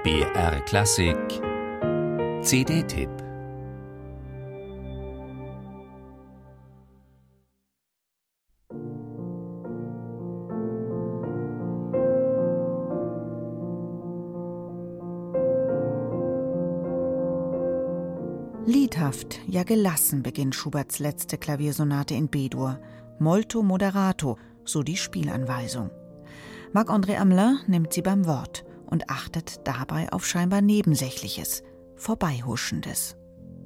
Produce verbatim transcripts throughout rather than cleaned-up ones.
B R Klassik C D-Tipp. Liedhaft, ja gelassen beginnt Schuberts letzte Klaviersonate in B-Dur. Molto moderato, so die Spielanweisung. Marc-André Hamelin nimmt sie beim Wort und achtet dabei auf scheinbar Nebensächliches, Vorbeihuschendes.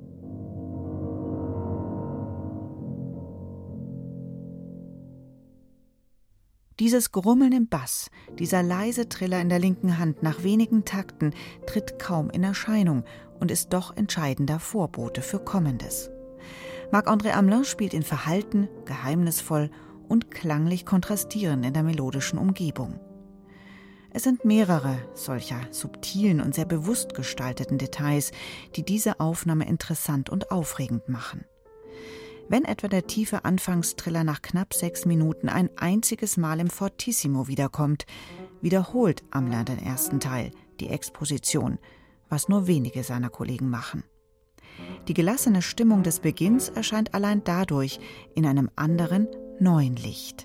Dieses Grummeln im Bass, dieser leise Triller in der linken Hand nach wenigen Takten tritt kaum in Erscheinung und ist doch entscheidender Vorbote für Kommendes. Marc-André Hamelin spielt ihn verhalten, geheimnisvoll und klanglich kontrastierend in der melodischen Umgebung. Es sind mehrere solcher subtilen und sehr bewusst gestalteten Details, die diese Aufnahme interessant und aufregend machen. Wenn etwa der tiefe Anfangstriller nach knapp sechs Minuten ein einziges Mal im Fortissimo wiederkommt, wiederholt Hamelin den ersten Teil, die Exposition, was nur wenige seiner Kollegen machen. Die gelassene Stimmung des Beginns erscheint allein dadurch in einem anderen, neuen Licht.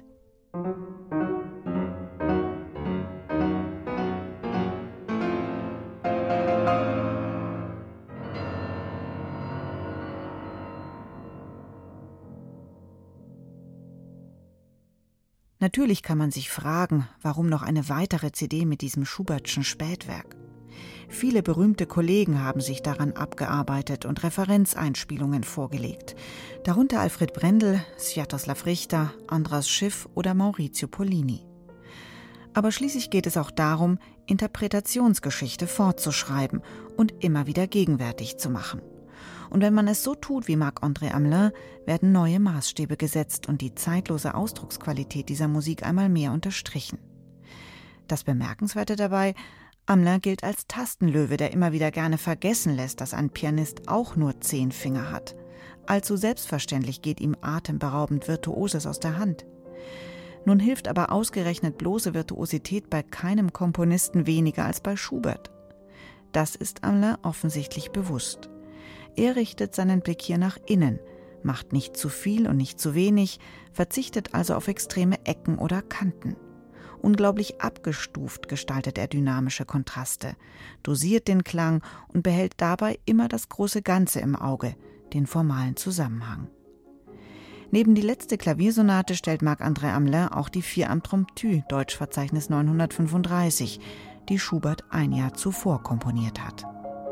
Natürlich kann man sich fragen, warum noch eine weitere C D mit diesem Schubertschen Spätwerk. Viele berühmte Kollegen haben sich daran abgearbeitet und Referenzeinspielungen vorgelegt, darunter Alfred Brendel, Sviatoslav Richter, Andras Schiff oder Maurizio Pollini. Aber schließlich geht es auch darum, Interpretationsgeschichte fortzuschreiben und immer wieder gegenwärtig zu machen. Und wenn man es so tut wie Marc-André Hamelin, werden neue Maßstäbe gesetzt und die zeitlose Ausdrucksqualität dieser Musik einmal mehr unterstrichen. Das Bemerkenswerte dabei: Hamelin gilt als Tastenlöwe, der immer wieder gerne vergessen lässt, dass ein Pianist auch nur zehn Finger hat. Allzu selbstverständlich geht ihm atemberaubend Virtuoses aus der Hand. Nun hilft aber ausgerechnet bloße Virtuosität bei keinem Komponisten weniger als bei Schubert. Das ist Hamelin offensichtlich bewusst. Er richtet seinen Blick hier nach innen, macht nicht zu viel und nicht zu wenig, verzichtet also auf extreme Ecken oder Kanten. Unglaublich abgestuft gestaltet er dynamische Kontraste, dosiert den Klang und behält dabei immer das große Ganze im Auge, den formalen Zusammenhang. Neben die letzte Klaviersonate stellt Marc-André Hamelin auch die Vier Impromptu, Deutschverzeichnis neunhundertfünfunddreißig, die Schubert ein Jahr zuvor komponiert hat.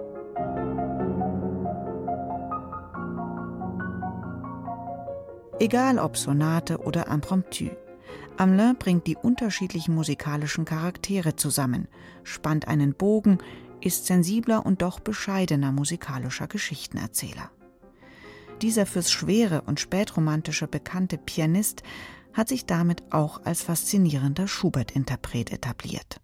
Egal ob Sonate oder Impromptu, Hamelin bringt die unterschiedlichen musikalischen Charaktere zusammen, spannt einen Bogen, ist sensibler und doch bescheidener musikalischer Geschichtenerzähler. Dieser fürs Schwere und Spätromantische bekannte Pianist hat sich damit auch als faszinierender Schubert-Interpret etabliert.